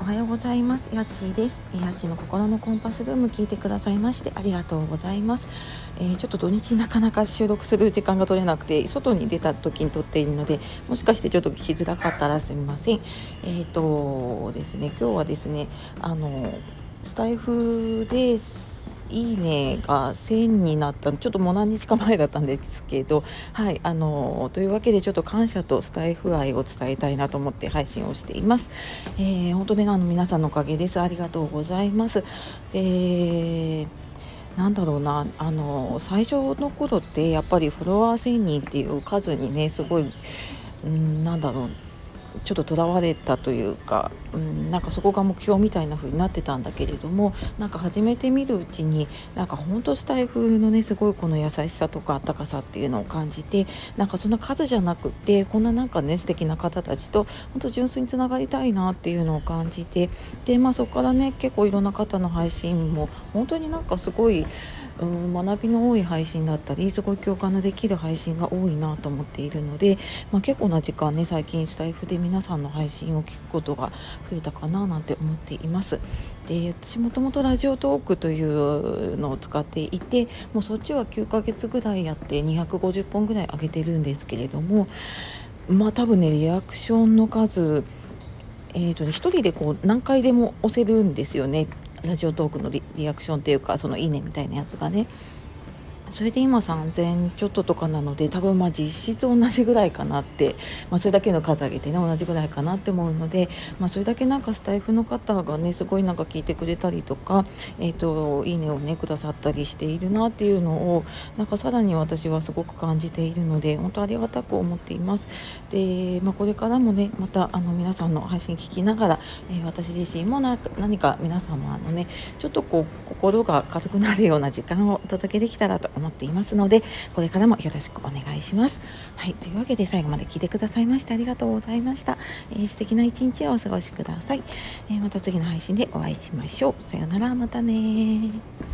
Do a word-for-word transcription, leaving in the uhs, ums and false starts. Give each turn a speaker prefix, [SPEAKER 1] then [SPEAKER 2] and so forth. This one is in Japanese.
[SPEAKER 1] はようございます。やっちーです。やっちーの心のコンパスルーム聞いてくださいましてありがとうございます。えー、ちょっと土日なかなか収録する時間が取れなくて外に出た時に撮っているので、もしかしてちょっと聞きづらかったらすみません。えっ、とですね今日はですねあのスタイフですいいねがせんになった、ちょっともう何日か前だったんですけど、はい、あのというわけでちょっと感謝とスタイフ愛を伝えたいなと思って配信をしています。えー、本当にあの皆さんのおかげです。ありがとうございます。でなんだろうなあの最初の頃ってやっぱりフォロワーせんにんっていう数にねすごい、うん、なんだろうちょっととらわれたというか、うん、なんかそこが目標みたいな風になってたんだけれども、なんか始めてみるうちになんか本当スタイフのねすごいこの優しさとか温かさっていうのを感じて、なんかそんな数じゃなくってこんななんかね素敵な方たちと本当純粋につながりたいなっていうのを感じて、でまあそこからね結構いろんな方の配信も本当になんかすごい、うん、学びの多い配信だったりすごい共感のできる配信が多いなと思っているので、まあ、結構な時間ね最近スタイフで皆さんの配信を聞くことが増えたかななんて思っています。で私もともとラジオトークというのを使っていて、もうそっちはきゅうかげつぐらいやってにひゃくごじゅっぽんぐらい上げてるんですけれども、まあ多分ねリアクションの数えーとね、一人でこう何回でも押せるんですよね。ラジオトークの リ, リアクションっていうかそのいいねみたいなやつがね、それで今さんぜんちょっととかなので、多分まあ実質同じぐらいかなって、まあ、それだけの数上げてね同じぐらいかなって思うので、まあ、それだけなんかスタイフの方がねすごいなんか聞いてくれたりとか、えーといいねをねくださったりしているなっていうのをなんかさらに私はすごく感じているので、本当ありがたく思っています。で、まあ、これからもねまたあの皆さんの配信聞きながら、えー、私自身もな何か皆様のねちょっとこう心が軽くなるような時間をお届けできたらと思っていますので、これからもよろしくお願いします。はい、というわけで最後まで聞いてくださいましてありがとうございました。えー、素敵な一日をお過ごしください。えー、また次の配信でお会いしましょう。さよなら、またね。